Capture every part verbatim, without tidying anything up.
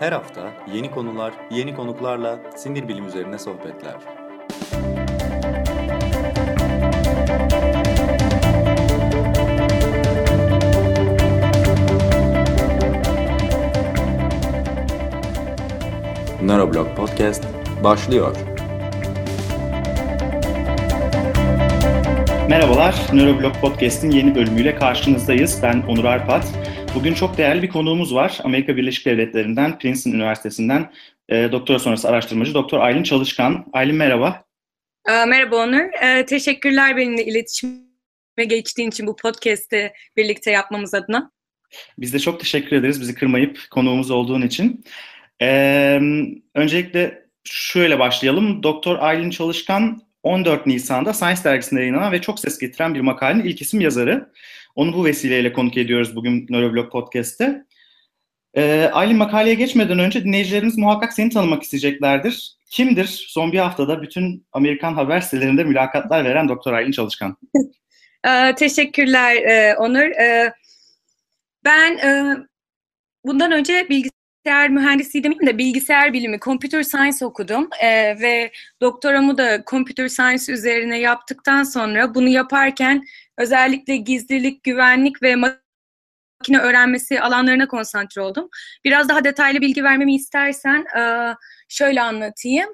Her hafta yeni konular, yeni konuklarla sinir bilim üzerine sohbetler. Neuroblog Podcast başlıyor. Merhabalar, Neuroblog Podcast'in yeni bölümüyle karşınızdayız. Ben Onur Arpat. Bugün çok değerli bir konuğumuz var. Amerika Birleşik Devletleri'nden, Princeton Üniversitesi'nden e, doktora sonrası araştırmacı Doktor Aylin Çalışkan. Aylin merhaba. E, merhaba Onur. E, teşekkürler benimle iletişime geçtiğin için bu podcast'i birlikte yapmamız adına. Biz de çok teşekkür ederiz bizi kırmayıp konuğumuz olduğun için. E, öncelikle şöyle başlayalım. Doktor Aylin Çalışkan on dört Nisan'da Science dergisinde yayınlanan ve çok ses getiren bir makalenin ilk isim yazarı. Onu bu vesileyle konuk ediyoruz bugün Neuroblog Podcast'te. Ee, Aylin, makaleye geçmeden önce dinleyicilerimiz muhakkak seni tanımak isteyeceklerdir. Kimdir son bir haftada bütün Amerikan haber sitelerinde mülakatlar veren Doktor Aylin Çalışkan? e, teşekkürler e, Onur. E, ben e, bundan önce bilgisayar mühendisliği demeyeyim de bilgisayar bilimi, computer science okudum e, ve doktoramı da computer science üzerine yaptıktan sonra bunu yaparken özellikle gizlilik, güvenlik ve makine öğrenmesi alanlarına konsantre oldum. Biraz daha detaylı bilgi vermemi istersen şöyle anlatayım.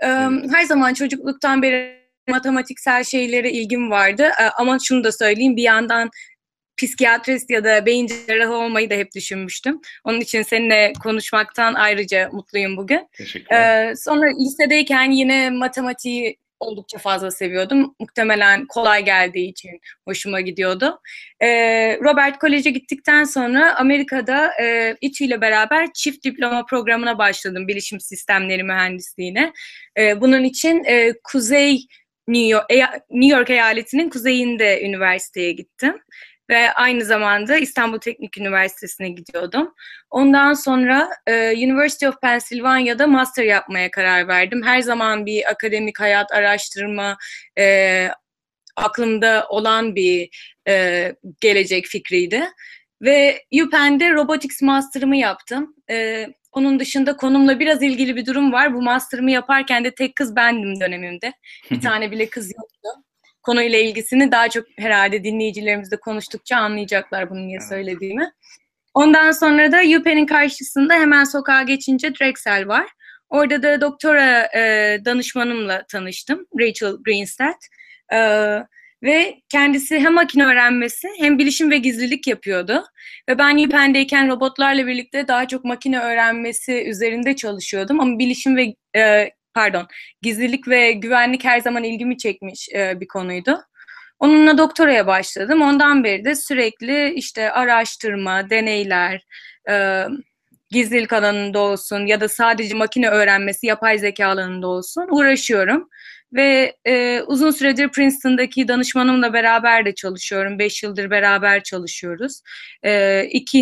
Her zaman çocukluktan beri matematiksel şeylere ilgim vardı. Ama şunu da söyleyeyim, bir yandan psikiyatrist ya da beyin cerrahı olmayı da hep düşünmüştüm. Onun için seninle konuşmaktan ayrıca mutluyum bugün. Teşekkürler. Sonra lisedeyken yine matematiği oldukça fazla seviyordum. Muhtemelen kolay geldiği için hoşuma gidiyordu. Ee, Robert College'e gittikten sonra Amerika'da e, İTÜ ile beraber çift diploma programına başladım. Bilişim sistemleri mühendisliğine. Ee, bunun için e, Kuzey New York, e, New York eyaletinin kuzeyinde üniversiteye gittim. Ve aynı zamanda İstanbul Teknik Üniversitesi'ne gidiyordum. Ondan sonra e, University of Pennsylvania'da master yapmaya karar verdim. Her zaman bir akademik hayat, araştırma e, aklımda olan bir e, gelecek fikriydi. Ve UPenn'de Robotics Master'ımı yaptım. E, onun dışında konumla biraz ilgili bir durum var. Bu master'ımı yaparken de tek kız bendim dönemimde. Bir tane bile kız yoktu. Konuyla ilgisini daha çok herhalde dinleyicilerimizle konuştukça anlayacaklar bunu niye söylediğimi. Ondan sonra da UPenn'in karşısında hemen sokağa geçince Drexel var. Orada da doktora e, danışmanımla tanıştım. Rachel Greenstadt. E, ve kendisi hem makine öğrenmesi hem bilişim ve gizlilik yapıyordu. Ve ben UPenn'deyken robotlarla birlikte daha çok makine öğrenmesi üzerinde çalışıyordum. Ama bilişim ve e, Pardon, gizlilik ve güvenlik her zaman ilgimi çekmiş e, bir konuydu. Onunla doktoraya başladım. Ondan beri de sürekli işte araştırma, deneyler, e, gizlilik alanında olsun ya da sadece makine öğrenmesi, yapay zeka alanında olsun uğraşıyorum. Ve e, uzun süredir Princeton'daki danışmanımla beraber de çalışıyorum. Beş yıldır beraber çalışıyoruz. E,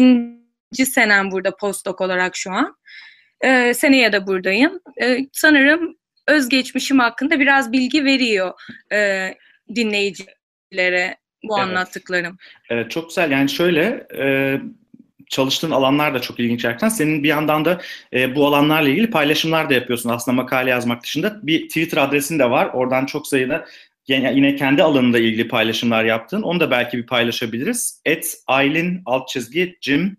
ikinci senem burada postdoc olarak şu an. Ee, seneye de buradayım. Ee, sanırım özgeçmişim hakkında biraz bilgi veriyor e, dinleyicilere bu Evet. anlattıklarım. Evet, çok güzel. Yani şöyle e, çalıştığın alanlar da çok ilginç gerçekten. Senin bir yandan da e, bu alanlarla ilgili paylaşımlar da yapıyorsun. Aslında makale yazmak dışında bir Twitter adresin de var. Oradan çok sayıda yine kendi alanında ilgili paylaşımlar yaptın. Onu da belki bir paylaşabiliriz. et aylin alt çizgi cim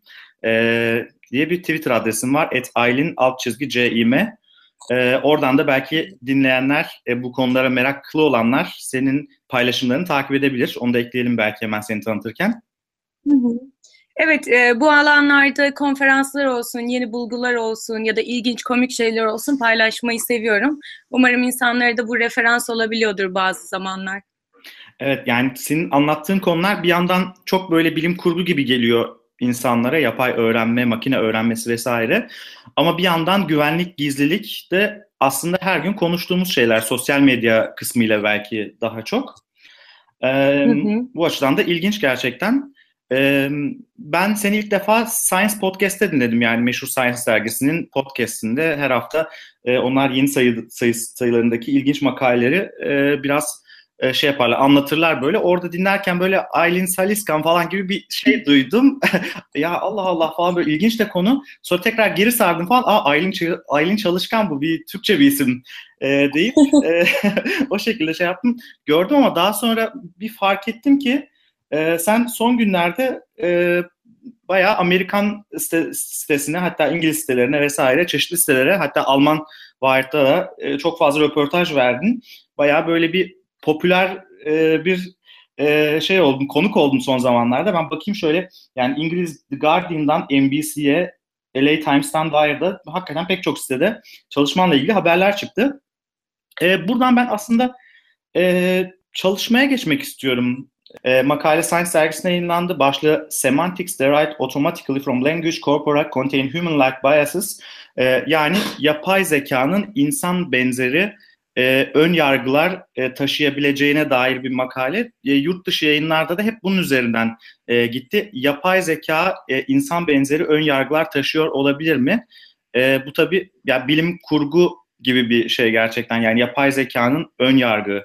e, diye bir Twitter adresim var. et aylin alt çizgi cim. Ee, oradan da belki dinleyenler, e, bu konulara meraklı olanlar senin paylaşımlarını takip edebilir. Onu da ekleyelim belki hemen seni tanıtırken. Hı hı. Evet, e, bu alanlarda konferanslar olsun, yeni bulgular olsun ya da ilginç komik şeyler olsun paylaşmayı seviyorum. Umarım insanlara da bu referans olabiliyordur bazı zamanlar. Evet, yani senin anlattığın konular bir yandan çok böyle bilim kurgu gibi geliyor insanlara, yapay öğrenme, makine öğrenmesi vesaire. Ama bir yandan güvenlik, gizlilik de aslında her gün konuştuğumuz şeyler, sosyal medya kısmıyla belki daha çok. Ee, hı hı. Bu açıdan da ilginç gerçekten. Ee, ben seni ilk defa Science Podcast'te dinledim, yani meşhur Science dergisinin podcast'inde her hafta e, onlar yeni sayı, sayı sayılarındaki ilginç makaleleri e, biraz e, şey yaparlar, anlatırlar böyle. Orada dinlerken böyle Aylin Saliskan falan gibi bir şey duydum. Ya Allah Allah falan, böyle ilginç de konu. Sonra tekrar geri sardım falan. Aa, Aylin, Aylin Çalışkan, bu bir Türkçe bir isim e, deyip e, o şekilde şey yaptım. Gördüm ama daha sonra bir fark ettim ki e, sen son günlerde e, bayağı Amerikan site, sitesine, hatta İngiliz sitelerine vesaire, çeşitli sitelere, hatta Alman Wired'da da e, çok fazla röportaj verdin. Bayağı böyle bir popüler e, bir e, şey oldun, konuk oldun son zamanlarda. Ben bakayım şöyle, yani İngiliz The Guardian'dan N B C'ye, L A Times'tan Wired'a, hakikaten pek çok sitede çalışmanla ilgili haberler çıktı. E, buradan ben aslında e, çalışmaya geçmek istiyorum. E, makale Science dergisine yayınlandı. Başlığı Semantics derived automatically from language corpora contain human-like biases. E, yani yapay zekanın insan benzeri e, ön yargılar e, taşıyabileceğine dair bir makale. E, yurt dışı yayınlarda da hep bunun üzerinden e, gitti. Yapay zeka e, insan benzeri ön yargılar taşıyor olabilir mi? E, bu tabii ya bilim kurgu gibi bir şey gerçekten. Yani yapay zekanın ön yargı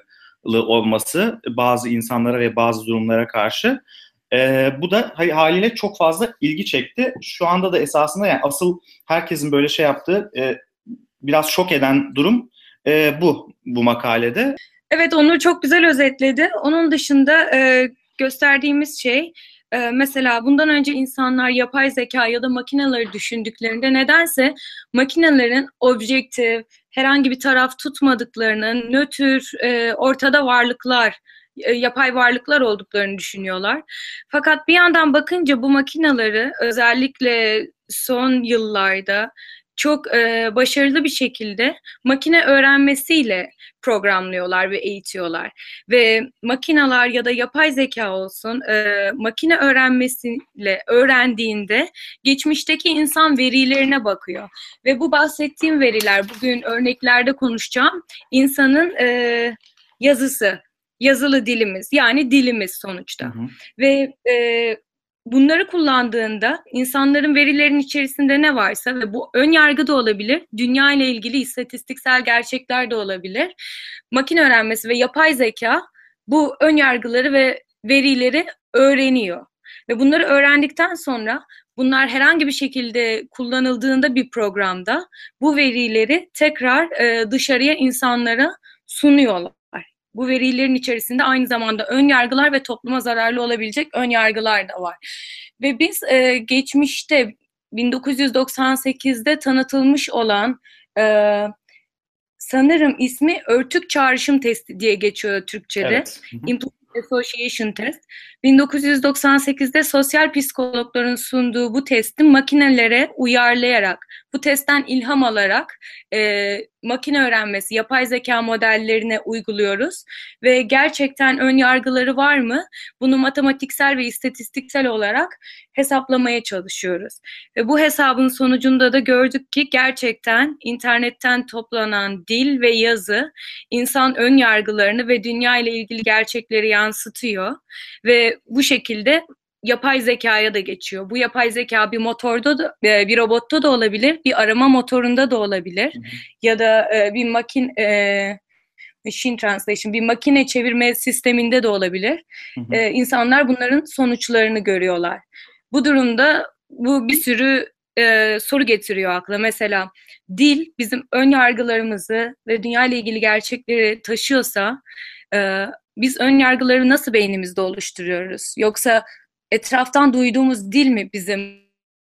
olması bazı insanlara ve bazı durumlara karşı. Ee, bu da haliyle çok fazla ilgi çekti. Şu anda da esasında yani asıl herkesin böyle şey yaptığı, e, biraz şok eden durum e, bu bu makalede. Evet, Onur çok güzel özetledi. Onun dışında e, gösterdiğimiz şey, e, mesela bundan önce insanlar yapay zeka ya da makineleri düşündüklerinde nedense makinelerin objektif, herhangi bir taraf tutmadıklarının, nötr, e, ortada varlıklar, e, yapay varlıklar olduklarını düşünüyorlar. Fakat bir yandan bakınca bu makineleri özellikle son yıllarda çok e, başarılı bir şekilde makine öğrenmesiyle programlıyorlar ve eğitiyorlar. Ve makineler ya da yapay zeka olsun, e, makine öğrenmesiyle öğrendiğinde geçmişteki insan verilerine bakıyor. Ve bu bahsettiğim veriler, bugün örneklerde konuşacağım, insanın e, yazısı, yazılı dilimiz, yani dilimiz sonuçta. Hı hı. Ve e, bunları kullandığında insanların verilerinin içerisinde ne varsa, ve bu ön yargı da olabilir, dünya ile ilgili istatistiksel gerçekler de olabilir. Makine öğrenmesi ve yapay zeka bu ön yargıları ve verileri öğreniyor. Ve bunları öğrendikten sonra bunlar herhangi bir şekilde kullanıldığında bir programda bu verileri tekrar e, dışarıya, insanlara sunuyorlar. Bu verilerin içerisinde aynı zamanda ön yargılar ve topluma zararlı olabilecek ön yargılar da var. Ve biz e, geçmişte bin dokuz yüz doksan sekizde tanıtılmış olan, e, sanırım ismi örtük çağrışım testi diye geçiyor Türkçe'de. Evet. Implicit Association Test. bin dokuz yüz doksan sekizde sosyal psikologların sunduğu bu testi makinelere uyarlayarak, bu testten ilham alarak e, makine öğrenmesi, yapay zeka modellerine uyguluyoruz. Ve gerçekten ön yargıları var mı? Bunu matematiksel ve istatistiksel olarak hesaplamaya çalışıyoruz. Ve bu hesabın sonucunda da gördük ki gerçekten internetten toplanan dil ve yazı insan ön yargılarını ve dünya ile ilgili gerçekleri yansıtıyor. Ve bu şekilde yapay zekaya da geçiyor. Bu yapay zeka bir motorda da, bir robotta da olabilir, bir arama motorunda da olabilir. Hı hı. Ya da bir makine machine translation, bir makine çevirme sisteminde de olabilir. Hı hı. Ee, insanlar bunların sonuçlarını görüyorlar. Bu durumda bu bir sürü e, soru getiriyor akla. Mesela dil bizim ön yargılarımızı ve dünya ile ilgili gerçekleri taşıyorsa, e, biz ön yargıları nasıl beynimizde oluşturuyoruz? Yoksa etraftan duyduğumuz dil mi bizim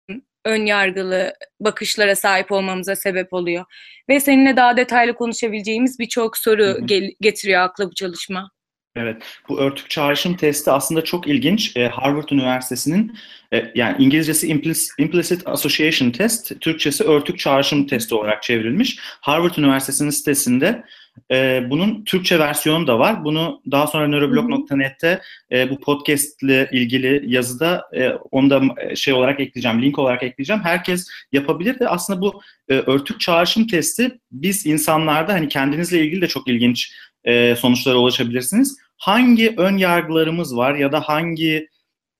ön yargılı bakışlara sahip olmamıza sebep oluyor? Ve seninle daha detaylı konuşabileceğimiz birçok soru hı hı. Gel- getiriyor akla bu çalışma. Evet, bu örtük çağrışım testi aslında çok ilginç. Ee, Harvard Üniversitesi'nin, e, yani İngilizcesi Implicit, Implicit Association Test, Türkçesi örtük çağrışım testi olarak çevrilmiş. Harvard Üniversitesi'nin sitesinde e, bunun Türkçe versiyonu da var. Bunu daha sonra nöroblog nokta net'te e, bu podcast ile ilgili yazıda e, onu da şey olarak ekleyeceğim, link olarak ekleyeceğim. Herkes yapabilir de aslında bu e, örtük çağrışım testi biz insanlarda, hani kendinizle ilgili de çok ilginç e, sonuçlara ulaşabilirsiniz. Hangi ön yargılarımız var ya da hangi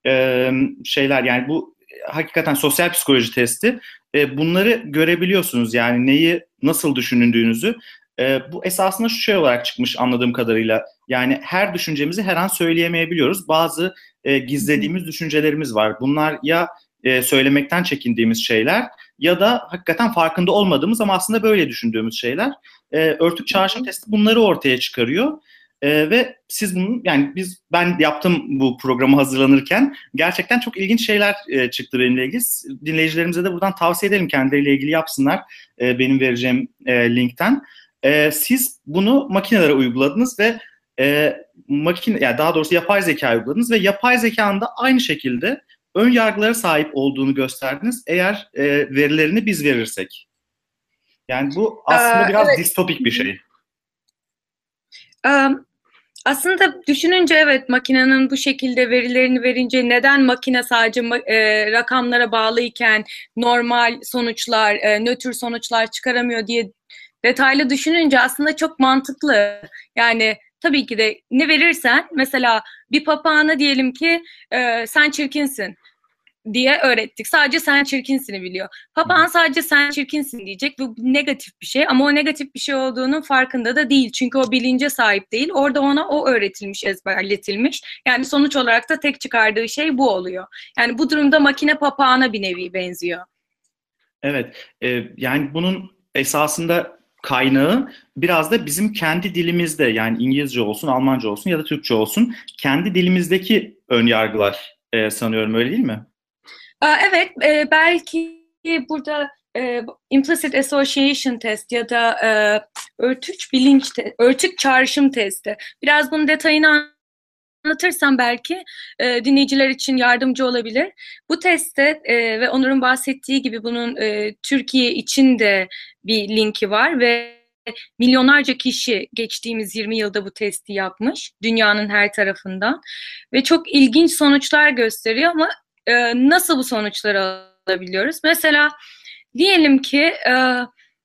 e, şeyler, yani bu hakikaten sosyal psikoloji testi, e, bunları görebiliyorsunuz, yani neyi nasıl düşündüğünüzü. E, bu esasında şu şey olarak çıkmış anladığım kadarıyla. Yani her düşüncemizi her an söyleyemeyebiliyoruz. Bazı e, gizlediğimiz düşüncelerimiz var. Bunlar ya e, söylemekten çekindiğimiz şeyler ya da hakikaten farkında olmadığımız ama aslında böyle düşündüğümüz şeyler. E, örtük çağrışım testi bunları ortaya çıkarıyor. Ee, ve siz bunu, yani biz, ben yaptım bu programı hazırlanırken, gerçekten çok ilginç şeyler e, çıktı benimle ilgili. Dinleyicilerimize de buradan tavsiye edelim, kendileriyle ilgili yapsınlar e, benim vereceğim e, linkten. E, siz bunu makinelere uyguladınız ve e, makine, yani daha doğrusu yapay zeka uyguladınız ve yapay zekanın da aynı şekilde ön yargılara sahip olduğunu gösterdiniz eğer e, verilerini biz verirsek. Yani bu aslında Ee, biraz evet. distopik bir şey. Ee, Aslında düşününce evet, makinenin bu şekilde verilerini verince neden makine sadece e, rakamlara bağlıyken normal sonuçlar, e, nötr sonuçlar çıkaramıyor diye detaylı düşününce aslında çok mantıklı. Yani tabii ki de ne verirsen, mesela bir papağana diyelim ki e, sen çirkinsin diye öğrettik. Sadece sen çirkinsini biliyor. Papağan sadece sen çirkinsin diyecek ve bu negatif bir şey, ama o negatif bir şey olduğunun farkında da değil. Çünkü o bilince sahip değil. Orada ona o öğretilmiş, ezberletilmiş. Yani sonuç olarak da tek çıkardığı şey bu oluyor. Yani bu durumda makine papağana bir nevi benziyor. Evet, e, yani bunun esasında kaynağı biraz da bizim kendi dilimizde, yani İngilizce olsun, Almanca olsun ya da Türkçe olsun, kendi dilimizdeki ön yargılar e, sanıyorum, öyle değil mi? Evet, e, belki burada e, implicit association test ya da e, örtük bilinç, te- örtük çağrışım testi. Biraz bunun detayını anlatırsam belki e, dinleyiciler için yardımcı olabilir. Bu testte e, ve Onur'un bahsettiği gibi bunun e, Türkiye için de bir linki var ve milyonlarca kişi geçtiğimiz yirmi yılda bu testi yapmış dünyanın her tarafından ve çok ilginç sonuçlar gösteriyor. Ama e, nasıl bu sonuçları alabiliyoruz? Mesela diyelim ki e,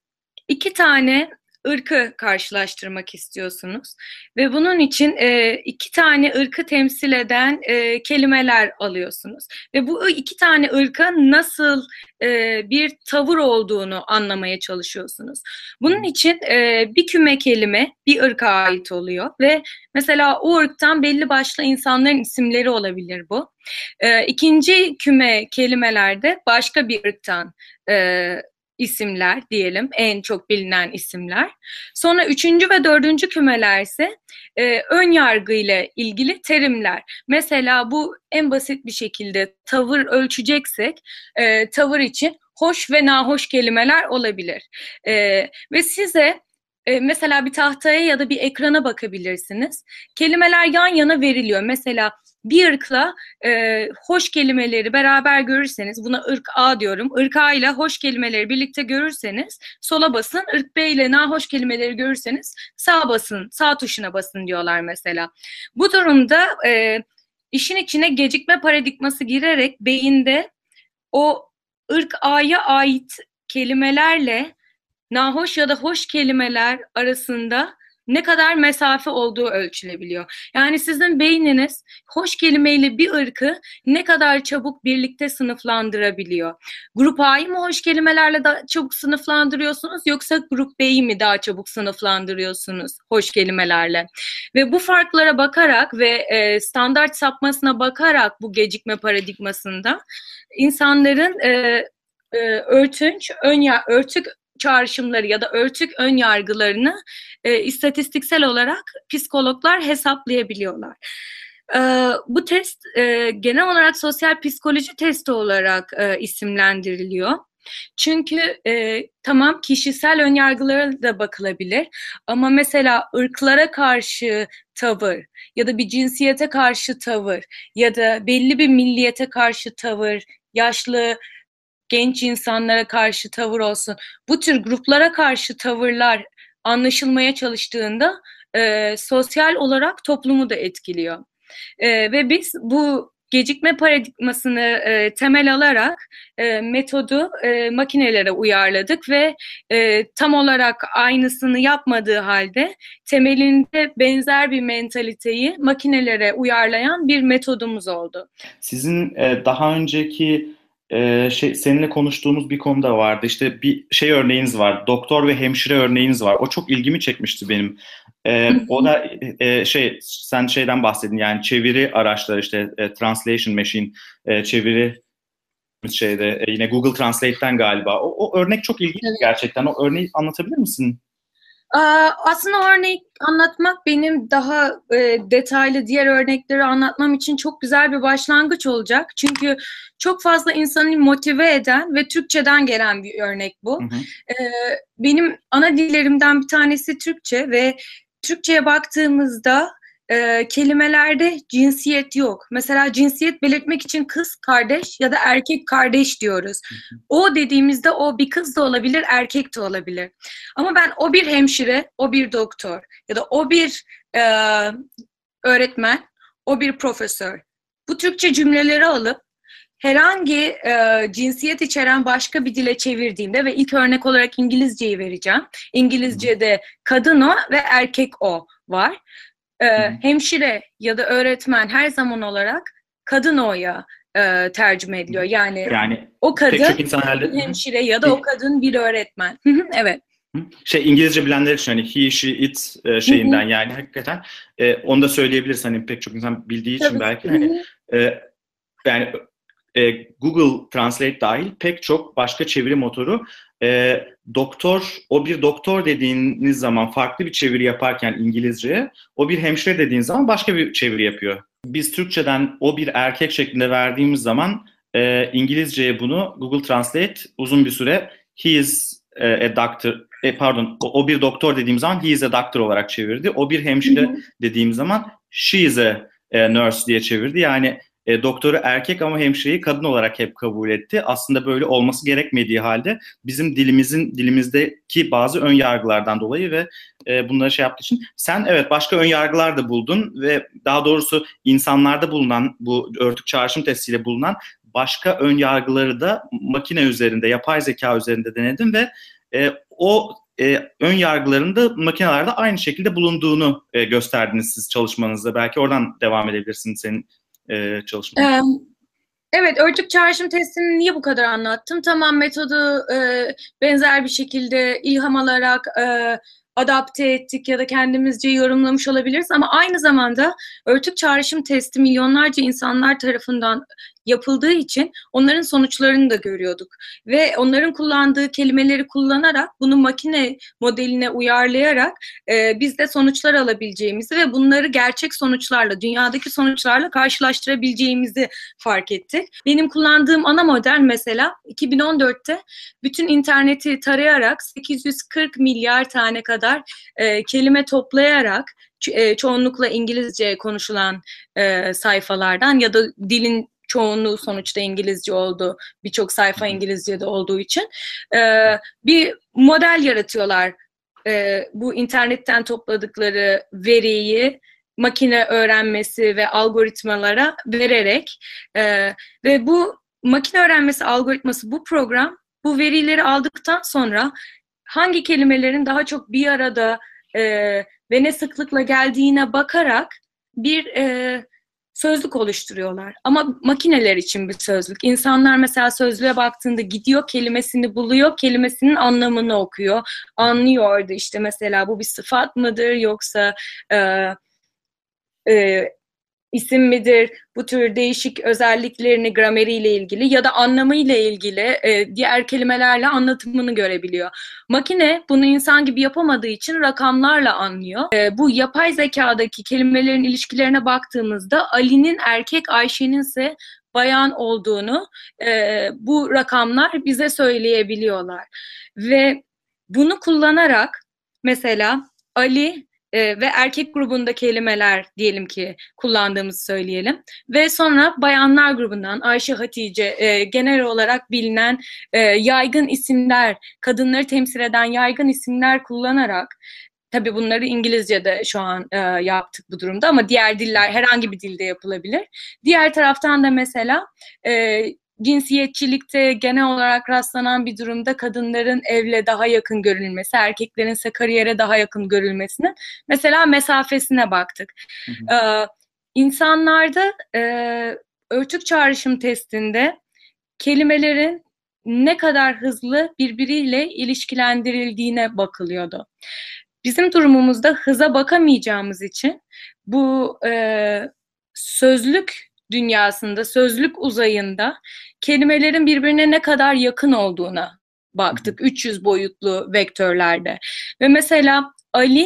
iki tane ırkı karşılaştırmak istiyorsunuz ve bunun için e, iki tane ırkı temsil eden e, kelimeler alıyorsunuz ve bu iki tane ırka nasıl e, bir tavır olduğunu anlamaya çalışıyorsunuz. Bunun için e, bir küme kelime bir ırka ait oluyor ve mesela o ırktan belli başlı insanların isimleri olabilir bu. E, ikinci küme kelimelerde başka bir ırktan e, isimler diyelim, en çok bilinen isimler. Sonra üçüncü ve dördüncü kümelerse e, ön yargı ile ilgili terimler. Mesela bu en basit bir şekilde tavır ölçeceksek e, tavır için hoş ve nahoş kelimeler olabilir. E, ve size e, mesela bir tahtaya ya da bir ekrana bakabilirsiniz. Kelimeler yan yana veriliyor. Mesela bir ırkla e, hoş kelimeleri beraber görürseniz, buna ırk A diyorum. Irk A ile hoş kelimeleri birlikte görürseniz sola basın. Irk B ile nahoş kelimeleri görürseniz sağ basın, sağ tuşuna basın diyorlar mesela. Bu durumda e, işin içine gecikme paradigması girerek beyinde o ırk A'ya ait kelimelerle nahoş ya da hoş kelimeler arasında ne kadar mesafe olduğu ölçülebiliyor. Yani sizin beyniniz hoş kelimeyle bir ırkı ne kadar çabuk birlikte sınıflandırabiliyor. Grup A'yı mı hoş kelimelerle daha çabuk sınıflandırıyorsunuz, yoksa grup B'yi mi daha çabuk sınıflandırıyorsunuz hoş kelimelerle? Ve bu farklara bakarak ve e, standart sapmasına bakarak bu gecikme paradigmasında insanların e, e, örtünç, ön ya, örtük çağrışımları ya da örtük ön yargılarını e, istatistiksel olarak psikologlar hesaplayabiliyorlar. E, bu test e, genel olarak sosyal psikoloji testi olarak e, isimlendiriliyor. Çünkü e, tamam, kişisel önyargılara da bakılabilir ama mesela ırklara karşı tavır ya da bir cinsiyete karşı tavır ya da belli bir milliyete karşı tavır, yaşlı genç insanlara karşı tavır olsun, bu tür gruplara karşı tavırlar anlaşılmaya çalıştığında e, sosyal olarak toplumu da etkiliyor. E, ve biz bu gecikme paradigmasını e, temel alarak e, metodu e, makinelere uyarladık ve e, tam olarak aynısını yapmadığı halde temelinde benzer bir mentaliteyi makinelere uyarlayan bir metodumuz oldu. Sizin e, daha önceki e, şey seninle konuştuğumuz bir konu da vardı. İşte bir şey örneğiniz var. Doktor ve hemşire örneğiniz var. O çok ilgimi çekmişti benim. E, o da e, şey sen şeyden bahsedin yani çeviri araçları işte e, translation machine e, çeviri şeyde e, yine Google Translate'ten galiba. O, o örnek çok ilginç Evet. gerçekten. O örneği anlatabilir misin? Aa, Aslında örnek anlatmak benim daha e, detaylı diğer örnekleri anlatmam için çok güzel bir başlangıç olacak. Çünkü çok fazla insanı motive eden ve Türkçeden gelen bir örnek bu. Hı hı. Ee, Benim ana dillerimden bir tanesi Türkçe ve Türkçe'ye baktığımızda e, kelimelerde cinsiyet yok. Mesela cinsiyet belirtmek için kız kardeş ya da erkek kardeş diyoruz. O dediğimizde o bir kız da olabilir, erkek de olabilir. Ama ben o bir hemşire, o bir doktor ya da o bir e, öğretmen, o bir profesör. Bu Türkçe cümleleri alıp herhangi e, cinsiyet içeren başka bir dile çevirdiğimde ve ilk örnek olarak İngilizceyi vereceğim. İngilizce'de kadın o ve erkek o var. E, hemşire ya da öğretmen her zaman olarak kadın o'ya e, tercüme ediliyor. Yani, Yani o pek kadın çok insan herhalde bir hemşire ya da o kadın bir öğretmen. Evet. şey İngilizce bilenler için hani he, she, it e, şeyinden yani hakikaten e, onu da söyleyebiliriz hani pek çok insan bildiği için Tabii. belki hani e, yani e, Google Translate dahil pek çok başka çeviri motoru e, doktor, o bir doktor dediğiniz zaman farklı bir çeviri yaparken İngilizceye, o bir hemşire dediğiniz zaman başka bir çeviri yapıyor. Biz Türkçeden o bir erkek şeklinde verdiğimiz zaman e, İngilizceye bunu Google Translate uzun bir süre he is a doctor, e, pardon o, o bir doktor dediğim zaman he is a doctor olarak çevirdi. O bir hemşire dediğim zaman she is a, a nurse diye çevirdi. Yani E, doktoru erkek ama hemşireyi kadın olarak hep kabul etti. Aslında böyle olması gerekmediği halde bizim dilimizin dilimizdeki bazı ön yargılardan dolayı ve e, bunları şey yaptığı için sen evet başka ön yargılar da buldun ve daha doğrusu insanlarda bulunan bu örtük çağrışım testiyle bulunan başka ön yargıları da makine üzerinde, yapay zeka üzerinde denedin ve e, o e, ön yargıların da makinelerde aynı şekilde bulunduğunu e, gösterdiniz siz çalışmanızda. Belki oradan devam edebilirsin senin Ee, çalışma. Ee, evet, örtük çağrışım testini niye bu kadar anlattım? Tamam, metodu e, benzer bir şekilde ilham alarak e, adapte ettik ya da kendimizce yorumlamış olabiliriz ama aynı zamanda örtük çağrışım testi milyonlarca insanlar tarafından yapıldığı için onların sonuçlarını da görüyorduk. Ve onların kullandığı kelimeleri kullanarak bunu makine modeline uyarlayarak e, biz de sonuçlar alabileceğimizi ve bunları gerçek sonuçlarla, dünyadaki sonuçlarla karşılaştırabileceğimizi fark ettik. Benim kullandığım ana model mesela iki bin on dörtte bütün interneti tarayarak sekiz yüz kırk milyar tane kadar e, kelime toplayarak ço- çoğunlukla İngilizce konuşulan e, sayfalardan ya da dilin çoğunluğu sonuçta İngilizce oldu. Birçok sayfa İngilizce'de olduğu için e, bir model yaratıyorlar. E, bu internetten topladıkları veriyi makine öğrenmesi ve algoritmalara vererek e, ve bu makine öğrenmesi algoritması, bu program bu verileri aldıktan sonra hangi kelimelerin daha çok bir arada e, ve ne sıklıkla geldiğine bakarak bir e, sözlük oluşturuyorlar. Ama makineler için bir sözlük. İnsanlar mesela sözlüğe baktığında gidiyor, kelimesini buluyor, kelimesinin anlamını okuyor. Anlıyor orada işte mesela bu bir sıfat mıdır yoksa e, e, isim midir, bu tür değişik özelliklerini grameriyle ilgili ya da anlamıyla ilgili e, diğer kelimelerle anlatımını görebiliyor. Makine bunu insan gibi yapamadığı için rakamlarla anlıyor. E, bu yapay zekadaki kelimelerin ilişkilerine baktığımızda Ali'nin erkek, Ayşe'nin ise bayan olduğunu e, bu rakamlar bize söyleyebiliyorlar. Ve bunu kullanarak mesela Ali Ee, ve erkek grubunda kelimeler diyelim ki kullandığımızı söyleyelim. Ve sonra bayanlar grubundan Ayşe, Hatice e, genel olarak bilinen e, yaygın isimler, kadınları temsil eden yaygın isimler kullanarak, tabii bunları İngilizce'de şu an e, yaptık bu durumda ama diğer diller herhangi bir dilde yapılabilir. Diğer taraftan da mesela e, cinsiyetçilikte genel olarak rastlanan bir durumda kadınların evle daha yakın görülmesi, erkeklerin ise kariyere daha yakın görülmesinin mesela mesafesine baktık. Hı hı. Ee, insanlarda e, örtük çağrışım testinde kelimelerin ne kadar hızlı birbiriyle ilişkilendirildiğine bakılıyordu. Bizim durumumuzda hıza bakamayacağımız için bu e, sözlük dünyasında, sözlük uzayında kelimelerin birbirine ne kadar yakın olduğuna baktık üç yüz boyutlu vektörlerde. Ve mesela Ali,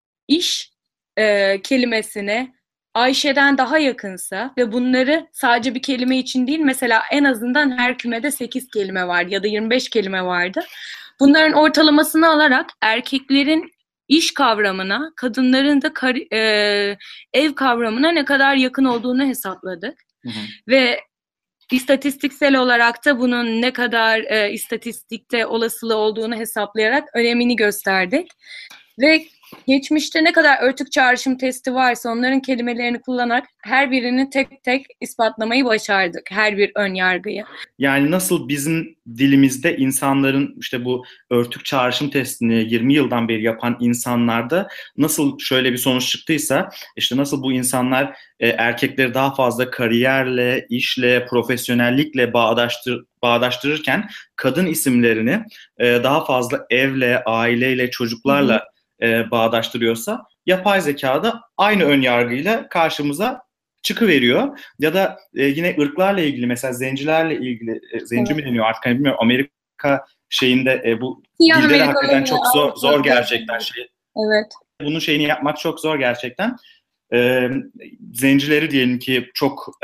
iş e, kelimesine Ayşe'den daha yakınsa ve bunları sadece bir kelime için değil, mesela en azından her kümede sekiz kelime var ya da yirmi beş kelime vardı. Bunların ortalamasını alarak erkeklerin iş kavramına, kadınların da kar, e, ev kavramına ne kadar yakın olduğunu hesapladık. Hı hı. Ve istatistiksel olarak da bunun ne kadar e, istatistikte olasılığı olduğunu hesaplayarak önemini gösterdik. Ve geçmişte ne kadar örtük çağrışım testi varsa onların kelimelerini kullanarak her birini tek tek ispatlamayı başardık. Her bir ön yargıyı. Yani nasıl bizim dilimizde insanların işte bu örtük çağrışım testini yirmi yıldan beri yapan insanlarda nasıl şöyle bir sonuç çıktıysa, işte nasıl bu insanlar e, erkekleri daha fazla kariyerle, işle, profesyonellikle bağdaştır, bağdaştırırken kadın isimlerini e, daha fazla evle, aileyle, çocuklarla Hı-hı. E, bağdaştırıyorsa, yapay zekada aynı ön yargıyla karşımıza çıkıveriyor. Ya da e, yine ırklarla ilgili, mesela zencilerle ilgili, e, zenci evet. mi deniyor artık, hani bilmiyorum, Amerika şeyinde e, bu ya dilde de hakikaten çok zor, zor gerçekten şey. Evet. Bunun şeyini yapmak çok zor gerçekten. E, zencileri diyelim ki çok e,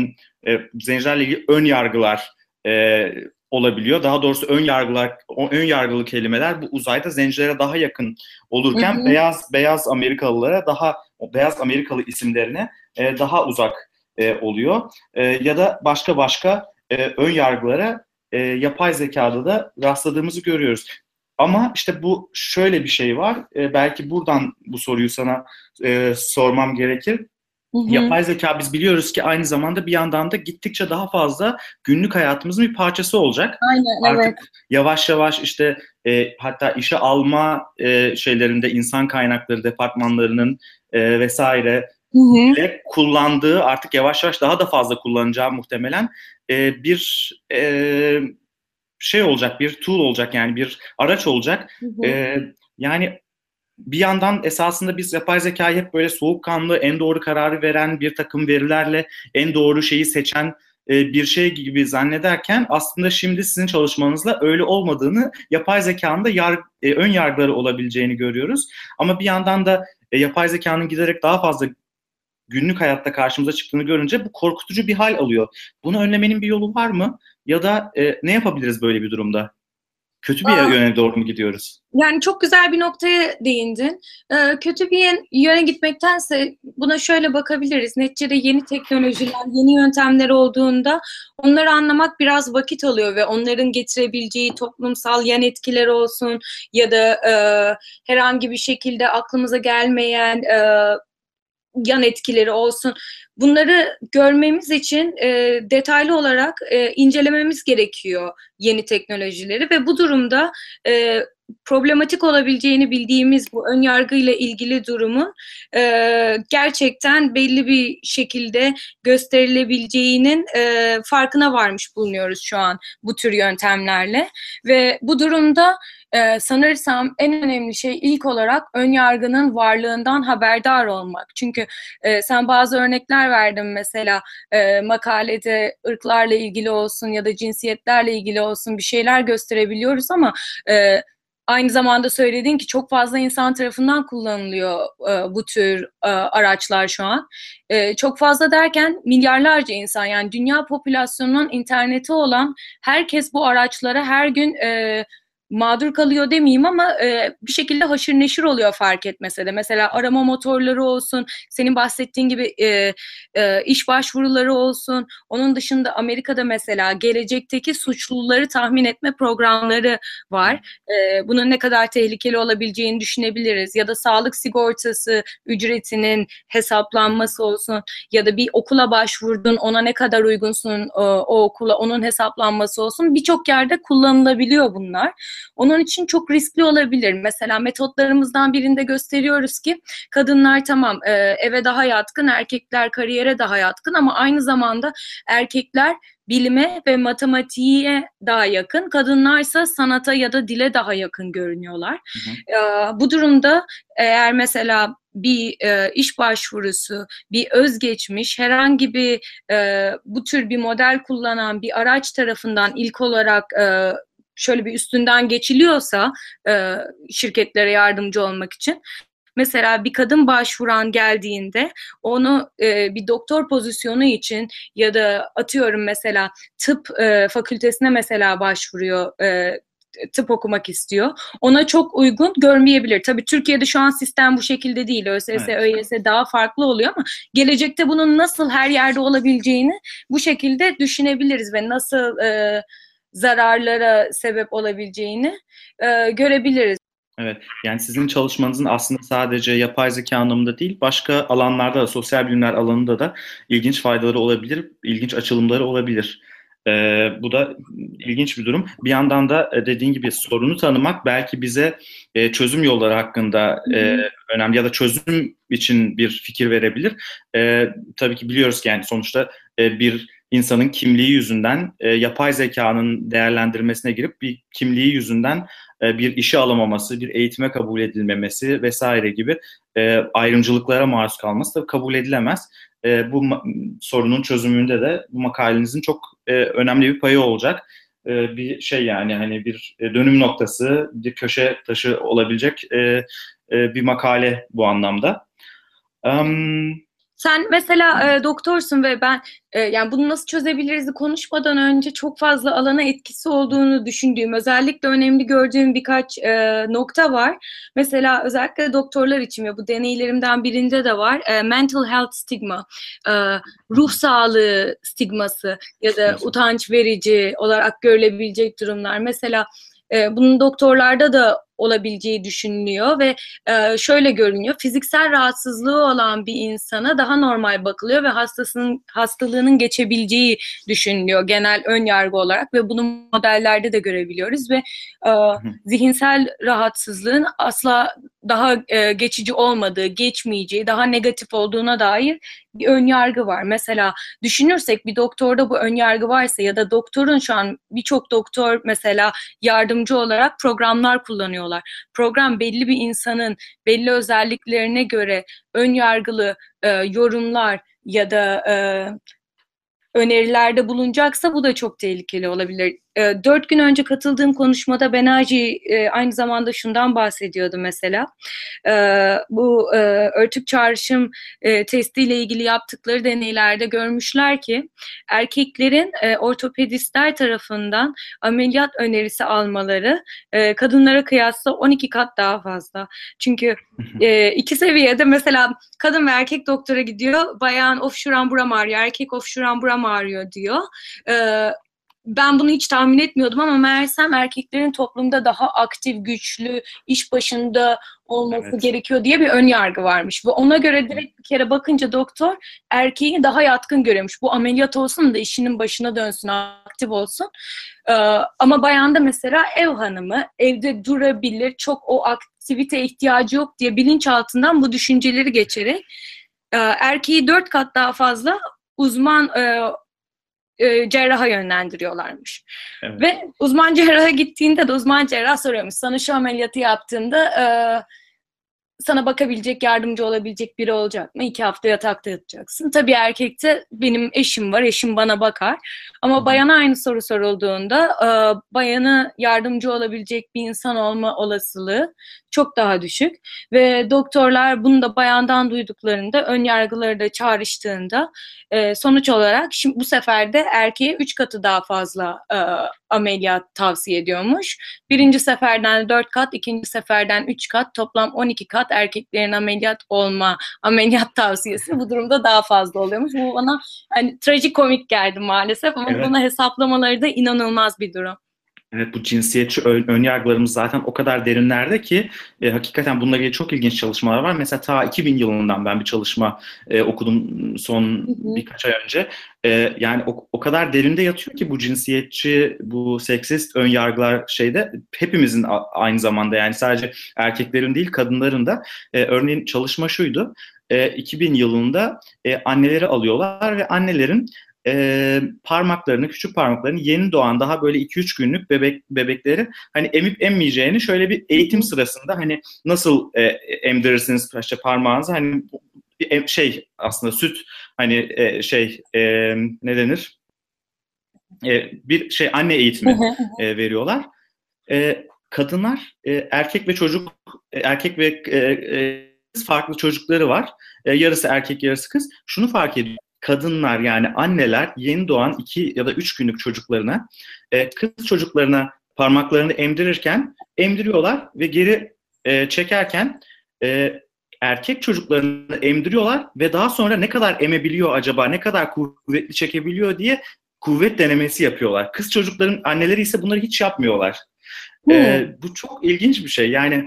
e, zencilerle ilgili ön yargılar e, olabiliyor. Daha doğrusu ön yargılar, ön yargılı kelimeler bu uzayda zencilere daha yakın olurken hı hı. beyaz beyaz Amerikalılara daha beyaz Amerikalı isimlerine e, daha uzak e, oluyor. E, ya da başka başka e, ön yargılara e, yapay zekada da rastladığımızı görüyoruz. Ama işte bu şöyle bir şey var. E, belki buradan bu soruyu sana e, sormam gerekir. Hı hı. Yapay zeka, biz biliyoruz ki aynı zamanda bir yandan da gittikçe daha fazla günlük hayatımızın bir parçası olacak. Aynen, Artık evet. yavaş yavaş işte e, hatta işe alma e, şeylerinde insan kaynakları departmanlarının e, vesaire hı hı. bile kullandığı, artık yavaş yavaş daha da fazla kullanacağı muhtemelen e, bir e, şey olacak, bir tool olacak, yani bir araç olacak. Hı hı. E, yani bir yandan esasında biz yapay zekayı hep böyle soğukkanlı, en doğru kararı veren, bir takım verilerle en doğru şeyi seçen e, bir şey gibi zannederken, aslında şimdi sizin çalışmanızla öyle olmadığını, yapay zekanın da yar, e, ön yargıları olabileceğini görüyoruz. Ama bir yandan da e, yapay zekanın giderek daha fazla günlük hayatta karşımıza çıktığını görünce bu korkutucu bir hal alıyor. Bunu önlemenin bir yolu var mı? Ya da e, ne yapabiliriz böyle bir durumda? Kötü bir Aa, yöne doğru mu gidiyoruz? Yani çok güzel bir noktaya değindin. Ee, kötü bir yöne gitmektense buna şöyle bakabiliriz. Neticede yeni teknolojiler, yeni yöntemler olduğunda onları anlamak biraz vakit alıyor ve onların getirebileceği toplumsal yan etkiler olsun ya da e, herhangi bir şekilde aklımıza gelmeyen e, yan etkileri olsun. Bunları görmemiz için e, detaylı olarak e, incelememiz gerekiyor yeni teknolojileri ve bu durumda e, problematik olabileceğini bildiğimiz bu önyargıyla ilgili durumun e, gerçekten belli bir şekilde gösterilebileceğinin e, farkına varmış bulunuyoruz şu an bu tür yöntemlerle ve bu durumda Ee, sanırsam en önemli şey ilk olarak önyargının varlığından haberdar olmak. Çünkü e, sen bazı örnekler verdin mesela e, makalede ırklarla ilgili olsun ya da cinsiyetlerle ilgili olsun bir şeyler gösterebiliyoruz ama e, aynı zamanda söylediğin ki çok fazla insan tarafından kullanılıyor e, bu tür e, araçlar şu an. E, çok fazla derken milyarlarca insan, yani dünya popülasyonunun interneti olan herkes bu araçlara her gün e, mağdur kalıyor demeyeyim ama e, bir şekilde haşır neşir oluyor fark etmese de. Mesela arama motorları olsun, senin bahsettiğin gibi e, e, iş başvuruları olsun. Onun dışında Amerika'da mesela gelecekteki suçluları tahmin etme programları var. E, bunun ne kadar tehlikeli olabileceğini düşünebiliriz. Ya da sağlık sigortası ücretinin hesaplanması olsun ya da bir okula başvurdun, ona ne kadar uygunsun o, o okula, onun hesaplanması olsun. Birçok yerde kullanılabiliyor bunlar. Onun için çok riskli olabilir. Mesela metotlarımızdan birinde gösteriyoruz ki kadınlar tamam e, eve daha yatkın, erkekler kariyere daha yatkın ama aynı zamanda erkekler bilime ve matematiğe daha yakın, kadınlarsa sanata ya da dile daha yakın görünüyorlar. Hı hı. Ee, bu durumda eğer mesela bir e, iş başvurusu, bir özgeçmiş, herhangi bir e, bu tür bir model kullanan bir araç tarafından ilk olarak e, şöyle bir üstünden geçiliyorsa e, şirketlere yardımcı olmak için, mesela bir kadın başvuran geldiğinde onu e, bir doktor pozisyonu için ya da atıyorum mesela tıp e, fakültesine mesela başvuruyor, e, tıp okumak istiyor. Ona çok uygun görmeyebilir. Tabii Türkiye'de şu an sistem bu şekilde değil. ÖSS, Evet. ÖYS daha farklı oluyor ama gelecekte bunun nasıl her yerde olabileceğini bu şekilde düşünebiliriz ve nasıl e, zararlara sebep olabileceğini e, görebiliriz. Evet, yani sizin çalışmanızın aslında sadece yapay zeka anlamında değil, başka alanlarda da, sosyal bilimler alanında da ilginç faydaları olabilir, ilginç açılımları olabilir. Ee, bu da ilginç bir durum. Bir yandan da e, dediğin gibi sorunu tanımak belki bize e, çözüm yolları hakkında e, önemli ya da çözüm için bir fikir verebilir. E, tabii ki biliyoruz ki yani sonuçta e, bir insanın kimliği yüzünden e, yapay zekanın değerlendirmesine girip bir kimliği yüzünden e, bir işe alamaması, bir eğitime kabul edilmemesi vesaire gibi e, ayrımcılıklara maruz kalması da kabul edilemez. E, bu ma- sorunun çözümünde de bu makalenizin çok e, önemli bir payı olacak. E, bir şey yani hani bir e, dönüm noktası, bir köşe taşı olabilecek e, e, bir makale bu anlamda. Um, Sen mesela e, doktorsun ve ben e, yani bunu nasıl çözebiliriz konuşmadan önce çok fazla alana etkisi olduğunu düşündüğüm, özellikle önemli gördüğüm birkaç e, nokta var. Mesela özellikle doktorlar için ve bu deneylerimden birinde de var. E, mental health stigma, e, ruh sağlığı stigması ya da utanç verici olarak görülebilecek durumlar. Mesela e, bunun doktorlarda da olabileceği düşünülüyor ve e, şöyle görünüyor. Fiziksel rahatsızlığı olan bir insana daha normal bakılıyor ve hastasının hastalığının geçebileceği düşünülüyor genel ön yargı olarak ve bunu modellerde de görebiliyoruz ve e, zihinsel rahatsızlığın asla daha e, geçici olmadığı, geçmeyeceği, daha negatif olduğuna dair bir ön yargı var. Mesela düşünürsek bir doktorda bu ön yargı varsa ya da doktorun şu an birçok doktor mesela yardımcı olarak programlar kullanıyorlar. Program belli bir insanın belli özelliklerine göre ön yargılı e, yorumlar ya da e, önerilerde bulunacaksa bu da çok tehlikeli olabilir. E, dört gün önce katıldığım konuşmada Benaji e, aynı zamanda şundan bahsediyordu mesela. E, bu e, örtük çağrışım e, testiyle ilgili yaptıkları deneylerde görmüşler ki erkeklerin e, ortopedistler tarafından ameliyat önerisi almaları e, kadınlara kıyasla on iki kat daha fazla. Çünkü e, iki seviyede mesela kadın ve erkek doktora gidiyor. Bayan of şuram buram ağrıyor, erkek of şuram buram ağrıyor diyor. E, Ben bunu hiç tahmin etmiyordum ama meğersem erkeklerin toplumda daha aktif, güçlü, iş başında olması Evet. gerekiyor diye bir ön yargı varmış. Ve ona göre direkt bir kere bakınca doktor erkeği daha yatkın görüyormuş. Bu ameliyat olsun da işinin başına dönsün, aktif olsun. Ee, ama bayanda mesela ev hanımı, evde durabilir, çok o aktivite ihtiyacı yok diye bilinçaltından bu düşünceleri geçerek e, erkeği dört kat daha fazla uzman e, e, cerraha yönlendiriyorlarmış. Evet. Ve uzman cerraha gittiğinde de uzman cerrah soruyormuş. Sana şu ameliyatı yaptığında e, sana bakabilecek, yardımcı olabilecek biri olacak mı? İki hafta yatakta yatacaksın. Tabii erkekte benim eşim var, eşim bana bakar. Ama Hı. bayana aynı soru sorulduğunda e, bayana yardımcı olabilecek bir insan olma olasılığı çok daha düşük. Ve doktorlar bunu da bayandan duyduklarında, ön yargıları da çağrıştığında e, sonuç olarak şimdi bu sefer de erkeğe üç katı daha fazla e, ameliyat tavsiye ediyormuş. Birinci seferden dört kat, ikinci seferden üç kat, toplam on iki kat erkeklerin ameliyat olma, ameliyat tavsiyesi bu durumda daha fazla oluyormuş. Bu bana hani trajikomik geldi maalesef ama Evet. buna hesaplamaları da inanılmaz bir durum. Evet, bu cinsiyetçi ön, ön yargılarımız zaten o kadar derinlerde ki e, hakikaten bununla ilgili çok ilginç çalışmalar var. Mesela ta iki bin yılından ben bir çalışma e, okudum son Hı hı. birkaç ay önce. E, yani o, o kadar derinde yatıyor ki bu cinsiyetçi, bu seksist ön yargılar şeyde hepimizin a- aynı zamanda, yani sadece erkeklerin değil kadınların da. E, örneğin çalışma şuydu. E, iki bin yılında e, anneleri alıyorlar ve annelerin e, parmaklarını, küçük parmaklarını yeni doğan daha böyle iki üç günlük bebek bebekleri hani emip emmeyeceğini şöyle bir eğitim sırasında hani nasıl e, emdirirsiniz işte parmağınızı, hani bir şey aslında süt hani e, şey e, ne denir? E, bir şey anne Hı eğitimi hı. e, veriyorlar. E, kadınlar e, erkek ve çocuk e, erkek ve e, e, farklı çocukları var. E, yarısı erkek yarısı kız. Şunu fark ediyor. Kadınlar, yani anneler yeni doğan iki ya da üç günlük çocuklarına e, kız çocuklarına parmaklarını emdirirken emdiriyorlar ve geri e, çekerken e, erkek çocuklarını emdiriyorlar ve daha sonra ne kadar emebiliyor acaba, ne kadar kuvvetli çekebiliyor diye kuvvet denemesi yapıyorlar. Kız çocukların anneleri ise bunları hiç yapmıyorlar. Hı Ee, bu çok ilginç bir şey. Yani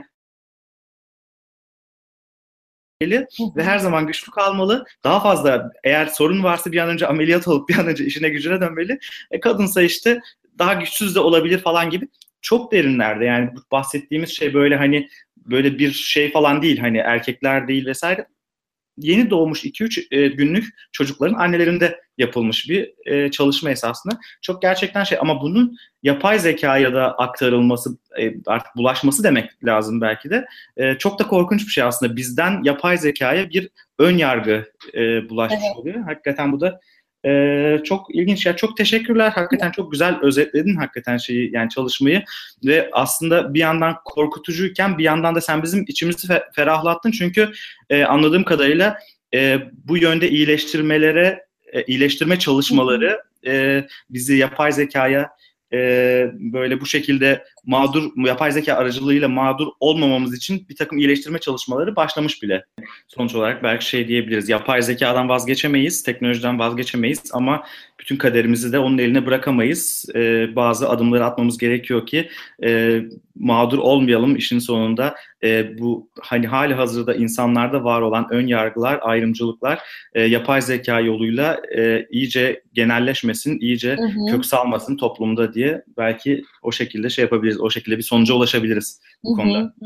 ve hı. her zaman güçlü kalmalı. Daha fazla eğer sorun varsa bir an önce ameliyat olup bir an önce işine gücüne dönmeli. E, kadınsa işte daha güçsüz de olabilir falan gibi. Çok derinlerde, yani bahsettiğimiz şey böyle hani böyle bir şey falan değil, hani erkekler değil vesaire. Yeni doğmuş iki üç e, günlük çocukların annelerinde yapılmış bir e, çalışma esasında. Çok gerçekten şey, ama bunun yapay zekaya da aktarılması, e, artık bulaşması demek lazım belki de. E, çok da korkunç bir şey aslında. Bizden yapay zekaya bir ön yargı e, bulaşmış Evet. oluyor. Hakikaten bu da e, çok ilginç. Ya çok teşekkürler. Hakikaten çok güzel özetledin hakikaten şeyi, yani çalışmayı, ve aslında bir yandan korkutucuyken bir yandan da sen bizim içimizi fe- ferahlattın. Çünkü e, anladığım kadarıyla e, bu yönde iyileştirmelere, e, iyileştirme Hı hı. çalışmaları e, bizi yapay zekaya e, böyle bu şekilde mağdur, yapay zeka aracılığıyla mağdur olmamamız için bir takım iyileştirme çalışmaları başlamış bile. Sonuç olarak belki şey diyebiliriz, yapay zekadan vazgeçemeyiz, teknolojiden vazgeçemeyiz ama bütün kaderimizi de onun eline bırakamayız. E, bazı adımları atmamız gerekiyor ki e, mağdur olmayalım işin sonunda. E, bu hani hali hazırda insanlarda var olan ön yargılar, ayrımcılıklar e, yapay zeka yoluyla e, iyice genelleşmesin, iyice Hı hı. kök salmasın toplumda diye belki o şekilde şey yapabiliriz, o şekilde bir sonuca ulaşabiliriz Hı bu konuda. hı.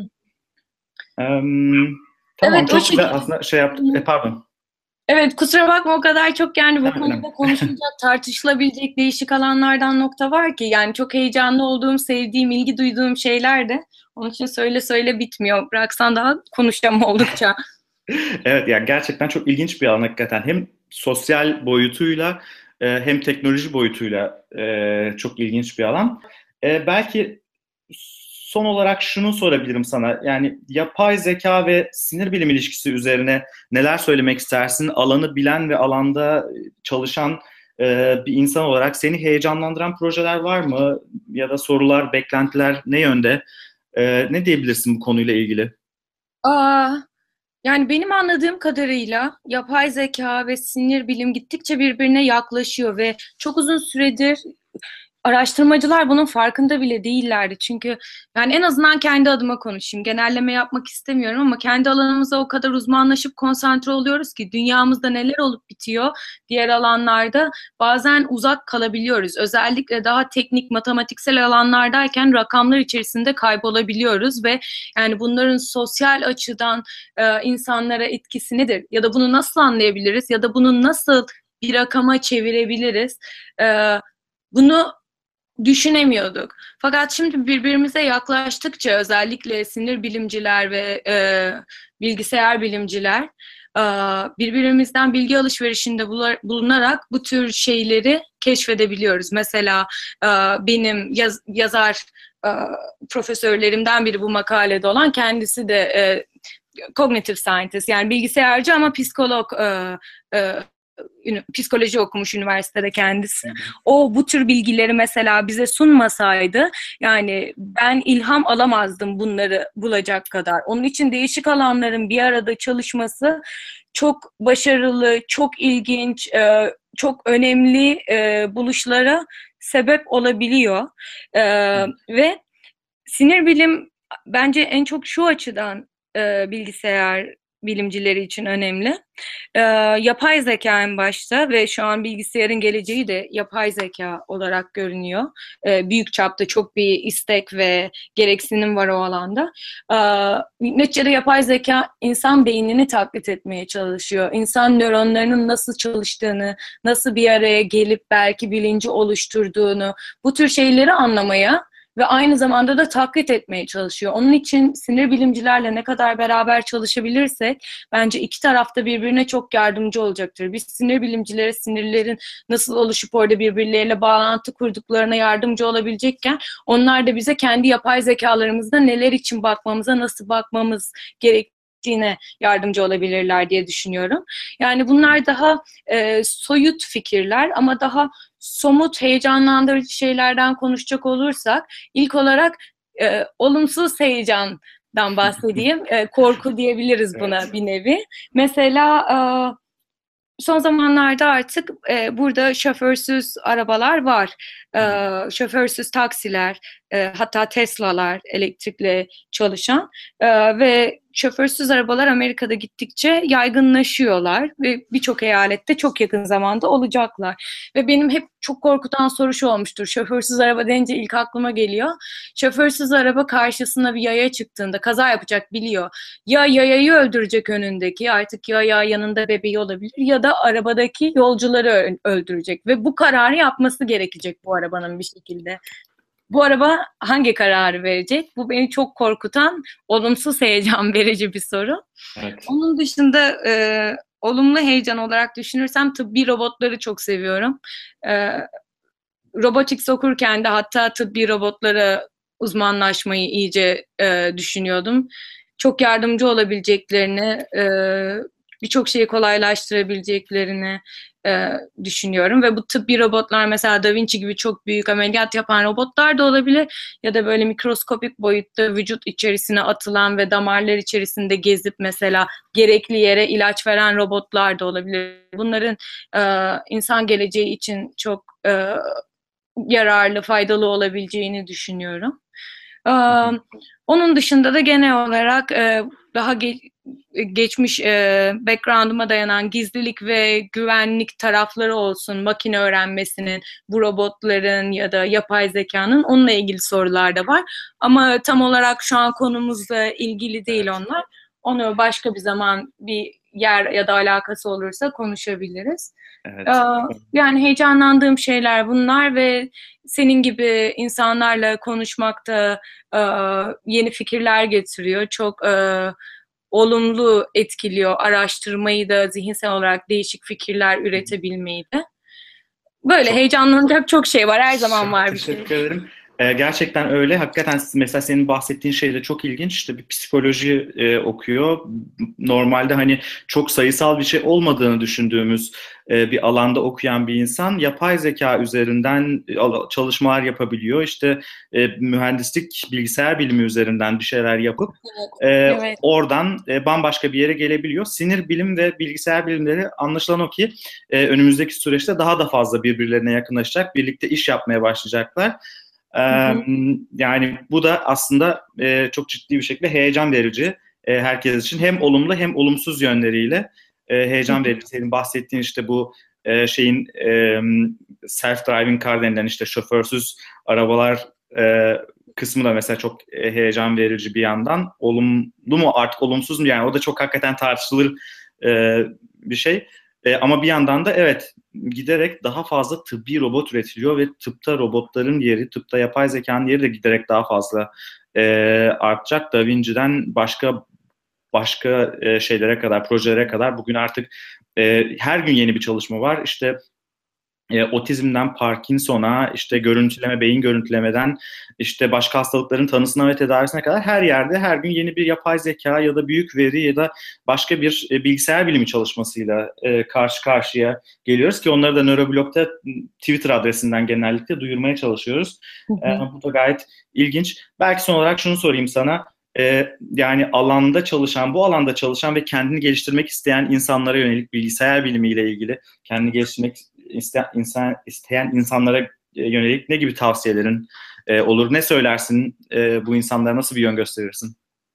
Em, tamam, Evet, o çok güzel şekilde. aslında şey yaptık. E, pardon. Evet, kusura bakma, o kadar çok yani bu Önemli, konuda önemli. konuşulacak, tartışılabilecek değişik alanlardan nokta var ki yani çok heyecanlı olduğum, sevdiğim, ilgi duyduğum şeyler de onun için söyle söyle bitmiyor. Bıraksan daha konuşacağım oldukça. Evet, yani gerçekten çok ilginç bir alan hakikaten. Hem sosyal boyutuyla e, hem teknoloji boyutuyla e, çok ilginç bir alan. E, belki son olarak şunu sorabilirim sana. Yani yapay zeka ve sinir bilim ilişkisi üzerine neler söylemek istersin? Alanı bilen ve alanda çalışan e, bir insan olarak seni heyecanlandıran projeler var mı? Ya da sorular, beklentiler ne yönde? E, ne diyebilirsin bu konuyla ilgili? Aa, yani benim anladığım kadarıyla yapay zeka ve sinir bilim gittikçe birbirine yaklaşıyor ve çok uzun süredir araştırmacılar bunun farkında bile değillerdi. Çünkü yani en azından kendi adıma konuşayım. Genelleme yapmak istemiyorum ama kendi alanımıza o kadar uzmanlaşıp konsantre oluyoruz ki dünyamızda neler olup bitiyor diğer alanlarda bazen uzak kalabiliyoruz. Özellikle daha teknik, matematiksel alanlardayken rakamlar içerisinde kaybolabiliyoruz ve yani bunların sosyal açıdan e, insanlara etkisi nedir? Ya da bunu nasıl anlayabiliriz? Ya da bunu nasıl bir rakama çevirebiliriz? E, bunu düşünemiyorduk. Fakat şimdi birbirimize yaklaştıkça özellikle sinir bilimciler ve e, bilgisayar bilimciler e, birbirimizden bilgi alışverişinde bulunarak bu tür şeyleri keşfedebiliyoruz. Mesela e, benim yaz, yazar e, profesörlerimden biri bu makalede olan, kendisi de e, cognitive scientist, yani bilgisayarcı ama psikolog, e, e, psikoloji okumuş üniversitede kendisi. O bu tür bilgileri mesela bize sunmasaydı yani ben ilham alamazdım bunları bulacak kadar. Onun için değişik alanların bir arada çalışması çok başarılı, çok ilginç, çok önemli buluşlara sebep olabiliyor. E, ve sinir bilim bence en çok şu açıdan e, bilgisayar bilimcileri için önemli. E, yapay zeka en başta ve şu an bilgisayarın geleceği de yapay zeka olarak görünüyor. E, büyük çapta çok bir istek ve gereksinim var o alanda. E, neticede yapay zeka insan beynini taklit etmeye çalışıyor. İnsan nöronlarının nasıl çalıştığını, nasıl bir araya gelip belki bilinci oluşturduğunu, bu tür şeyleri anlamaya ve aynı zamanda da taklit etmeye çalışıyor. Onun için sinir bilimcilerle ne kadar beraber çalışabilirsek bence iki tarafta birbirine çok yardımcı olacaktır. Biz sinir bilimcilere sinirlerin nasıl oluşup orada birbirleriyle bağlantı kurduklarına yardımcı olabilecekken onlar da bize kendi yapay zekalarımızda neler için bakmamıza, nasıl bakmamız gerektiğine yardımcı olabilirler diye düşünüyorum. Yani bunlar daha e, soyut fikirler ama daha somut, heyecanlandırıcı şeylerden konuşacak olursak ilk olarak e, olumsuz heyecandan bahsedeyim. E, korku diyebiliriz buna bir nevi. Mesela e, son zamanlarda artık e, burada şoförsüz arabalar var. E, şoförsüz taksiler, e, hatta Tesla'lar elektrikle çalışan e, ve şoförsüz arabalar Amerika'da gittikçe yaygınlaşıyorlar ve birçok eyalette çok yakın zamanda olacaklar. Ve benim hep çok korkutan soru şu olmuştur. Şoförsüz araba denince ilk aklıma geliyor. Şoförsüz araba karşısına bir yaya çıktığında kaza yapacak biliyor. Ya yayayı öldürecek önündeki, artık yaya yanında bebeği olabilir, ya da arabadaki yolcuları öldürecek ve bu kararı yapması gerekecek bu arabanın bir şekilde. Bu araba hangi kararı verecek? Bu beni çok korkutan, olumsuz heyecan verici bir soru. Evet. Onun dışında e, olumlu heyecan olarak düşünürsem tıbbi robotları çok seviyorum. E, robotics okurken de hatta tıbbi robotlara uzmanlaşmayı iyice e, düşünüyordum. Çok yardımcı olabileceklerini, e, birçok şeyi kolaylaştırabileceklerini e, düşünüyorum ve bu tıbbi robotlar mesela Da Vinci gibi çok büyük ameliyat yapan robotlar da olabilir ya da böyle mikroskopik boyutta vücut içerisine atılan ve damarlar içerisinde gezip mesela gerekli yere ilaç veren robotlar da olabilir. Bunların e, insan geleceği için çok e, yararlı, faydalı olabileceğini düşünüyorum. E, onun dışında da genel olarak e, daha ge- geçmiş e, background'uma dayanan gizlilik ve güvenlik tarafları olsun, makine öğrenmesinin, bu robotların ya da yapay zekanın, onunla ilgili sorular da var. Ama tam olarak şu an konumuzla ilgili değil onlar. Onu başka bir zaman bir yer ya da alakası olursa konuşabiliriz. Evet. Ee, yani heyecanlandığım şeyler bunlar ve senin gibi insanlarla konuşmakta e, yeni fikirler getiriyor. Çok e, olumlu etkiliyor araştırmayı da, zihinsel olarak değişik fikirler üretebilmeyi de. Böyle Çok, heyecanlanacak çok şey var. Her zaman var bir şey. Teşekkür ederim. Ee, gerçekten öyle. Hakikaten mesela senin bahsettiğin şey de çok ilginç. İşte bir psikoloji e, okuyor. Normalde hani çok sayısal bir şey olmadığını düşündüğümüz e, bir alanda okuyan bir insan yapay zeka üzerinden e, çalışmalar yapabiliyor. İşte e, mühendislik, bilgisayar bilimi üzerinden bir şeyler yapıp e, Evet. oradan e, bambaşka bir yere gelebiliyor. Sinir bilim ve bilgisayar bilimleri anlaşılan o ki e, önümüzdeki süreçte daha da fazla birbirlerine yakınlaşacak. Birlikte iş yapmaya başlayacaklar. Ee, Hı hı. yani bu da aslında e, çok ciddi bir şekilde heyecan verici e, herkes için. Hem olumlu hem olumsuz yönleriyle e, heyecan verici. Senin bahsettiğin işte bu e, şeyin e, self-driving car denilen işte şoförsüz arabalar e, kısmı da mesela çok e, heyecan verici bir yandan. Olumlu mu artık olumsuz mu? Yani o da çok hakikaten tartışılır e, bir şey. E, ama bir yandan da evet, giderek daha fazla tıbbi robot üretiliyor ve tıpta robotların yeri, tıpta yapay zekanın yeri de giderek daha fazla e, artacak. Da Vinci'den başka başka e, şeylere kadar, projelere kadar bugün artık e, her gün yeni bir çalışma var. İşte E, otizmden Parkinson'a, işte görüntüleme, beyin görüntülemeden işte başka hastalıkların tanısına ve tedavisine kadar her yerde her gün yeni bir yapay zeka ya da büyük veri ya da başka bir e, bilgisayar bilimi çalışmasıyla e, karşı karşıya geliyoruz ki onları da Nöroblog'da Twitter adresinden genellikle duyurmaya çalışıyoruz. Hı hı. E, bu da gayet ilginç. Belki son olarak şunu sorayım sana. E, yani alanda çalışan, bu alanda çalışan ve kendini geliştirmek isteyen insanlara yönelik bilgisayar bilimiyle ilgili kendini geliştirmek İsteyen, insan, isteyen insanlara e, yönelik ne gibi tavsiyelerin e, olur? Ne söylersin? E, bu insanlara nasıl bir yön gösterirsin?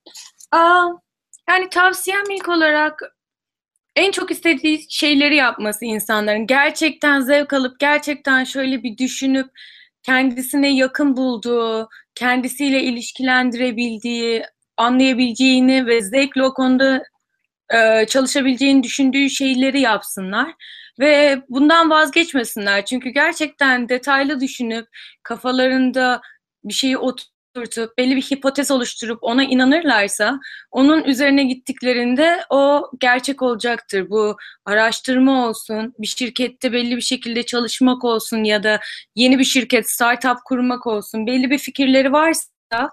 Aa, yani tavsiyem ilk olarak en çok istediği şeyleri yapması insanların. Gerçekten zevk alıp, gerçekten şöyle bir düşünüp, kendisine yakın bulduğu, kendisiyle ilişkilendirebildiği, anlayabileceğini ve zevkle o konuda e, çalışabileceğini düşündüğü şeyleri yapsınlar. Ve bundan vazgeçmesinler. Çünkü gerçekten detaylı düşünüp, kafalarında bir şeyi oturtup, belli bir hipotez oluşturup ona inanırlarsa, onun üzerine gittiklerinde o gerçek olacaktır. Bu araştırma olsun, bir şirkette belli bir şekilde çalışmak olsun ya da yeni bir şirket, startup kurmak olsun, belli bir fikirleri varsa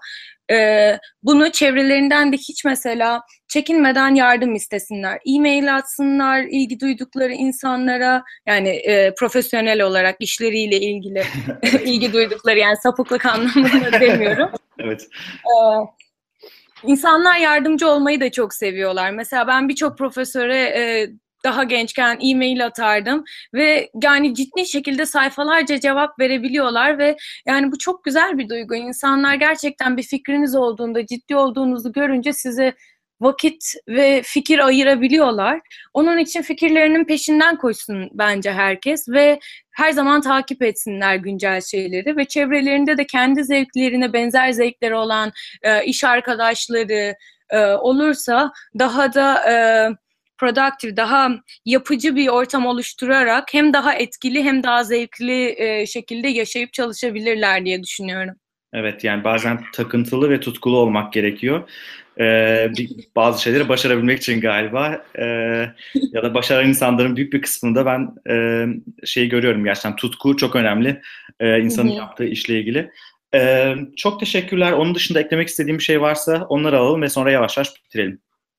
e, bunu çevrelerinden de hiç mesela çekinmeden yardım istesinler. E-mail atsınlar ilgi duydukları insanlara, yani e, profesyonel olarak işleriyle ilgili ilgi duydukları, yani sapıklık anlamında demiyorum. Evet. Ee, insanlar yardımcı olmayı da çok seviyorlar. Mesela ben birçok profesöre e, daha gençken e-mail atardım ve yani ciddi şekilde sayfalarca cevap verebiliyorlar ve yani bu çok güzel bir duygu. İnsanlar gerçekten bir fikriniz olduğunda, ciddi olduğunuzu görünce size vakit ve fikir ayırabiliyorlar. Onun için fikirlerinin peşinden koşsun bence herkes ve her zaman takip etsinler güncel şeyleri ve çevrelerinde de kendi zevklerine benzer zevkleri olan e, iş arkadaşları e, olursa daha da e, productive, daha yapıcı bir ortam oluşturarak hem daha etkili hem daha zevkli e, şekilde yaşayıp çalışabilirler diye düşünüyorum. Evet, yani bazen takıntılı ve tutkulu olmak gerekiyor. Ee, bir, bazı şeyleri başarabilmek için galiba ee, ya da başaran insanların büyük bir kısmında ben e, şeyi görüyorum, gerçekten tutku çok önemli e, insanın Hı hı. yaptığı işle ilgili. Ee, çok teşekkürler. Onun dışında eklemek istediğim bir şey varsa onları alalım ve sonra yavaş yavaş bitirelim.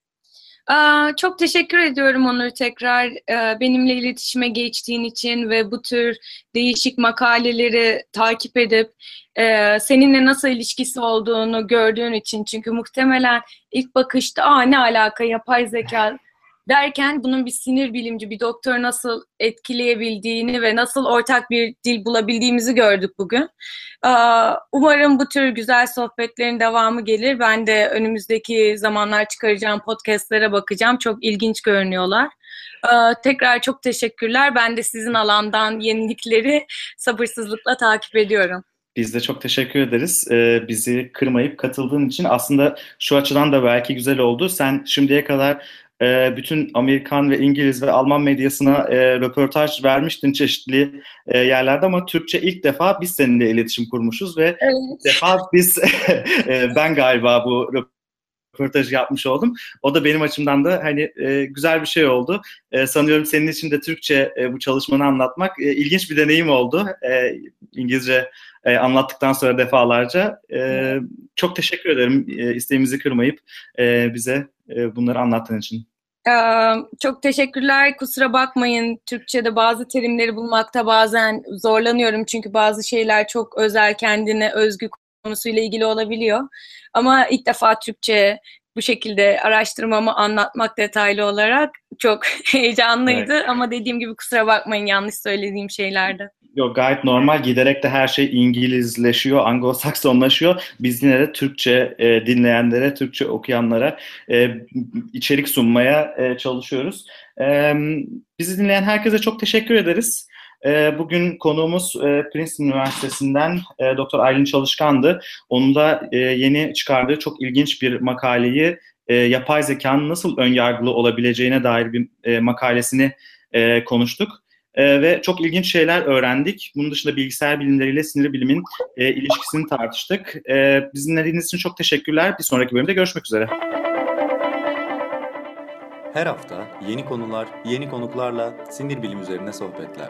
Aa, çok teşekkür ediyorum Onur, tekrar e, benimle iletişime geçtiğin için ve bu tür değişik makaleleri takip edip e, seninle nasıl ilişkisi olduğunu gördüğün için. Çünkü muhtemelen ilk bakışta aa ne alaka yapay zeka derken bunun bir sinir bilimci, bir doktor nasıl etkileyebildiğini ve nasıl ortak bir dil bulabildiğimizi gördük bugün. Aa, umarım bu tür güzel sohbetlerin devamı gelir. Ben de önümüzdeki zamanlar çıkaracağım podcastlere bakacağım. Çok ilginç görünüyorlar. Aa, tekrar çok teşekkürler. Ben de sizin alandan yenilikleri sabırsızlıkla takip ediyorum. Biz de çok teşekkür ederiz. Ee, bizi kırmayıp katıldığın için. Aslında şu açıdan da belki güzel oldu. Sen şimdiye kadar e, bütün Amerikan ve İngiliz ve Alman medyasına e, röportaj vermiştin çeşitli e, yerlerde ama Türkçe ilk defa biz seninle iletişim kurmuşuz ve Evet. ilk defa biz e, ben galiba bu röportajı yapmış oldum. O da benim açımdan da hani e, güzel bir şey oldu. E, sanıyorum senin için de Türkçe e, bu çalışmanı anlatmak e, ilginç bir deneyim oldu. E, İngilizce e, anlattıktan sonra defalarca. E, çok teşekkür ederim e, isteğimizi kırmayıp e, bize e, bunları anlattığın için. Ee, çok teşekkürler. Kusura bakmayın. Türkçe'de bazı terimleri bulmakta bazen zorlanıyorum. Çünkü bazı şeyler çok özel, kendine özgü konusuyla ilgili olabiliyor. Ama ilk defa Türkçe bu şekilde araştırmamı anlatmak detaylı olarak çok heyecanlıydı. Evet. Ama dediğim gibi kusura bakmayın yanlış söylediğim şeylerde. Yok, gayet normal. Giderek de her şey İngilizleşiyor, Anglo-Saksonlaşıyor. Biz yine de Türkçe e, dinleyenlere, Türkçe okuyanlara e, içerik sunmaya e, çalışıyoruz. E, bizi dinleyen herkese çok teşekkür ederiz. E, bugün konuğumuz e, Princeton Üniversitesi'nden e, Doktor Aylin Çalışkan'dı. Onun da e, yeni çıkardığı çok ilginç bir makaleyi, e, yapay zekanın nasıl önyargılı olabileceğine dair bir e, makalesini e, konuştuk. Ee, ve çok ilginç şeyler öğrendik. Bunun dışında bilgisayar bilimleriyle sinir bilimin e, ilişkisini tartıştık. E, bizi dinlediğiniz için çok teşekkürler. Bir sonraki bölümde görüşmek üzere. Her hafta yeni konular, yeni konuklarla sinir bilim üzerine sohbetler.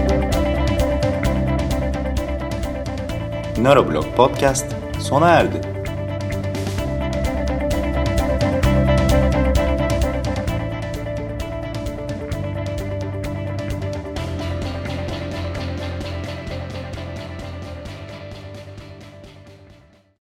Neuroblog Podcast sona erdi.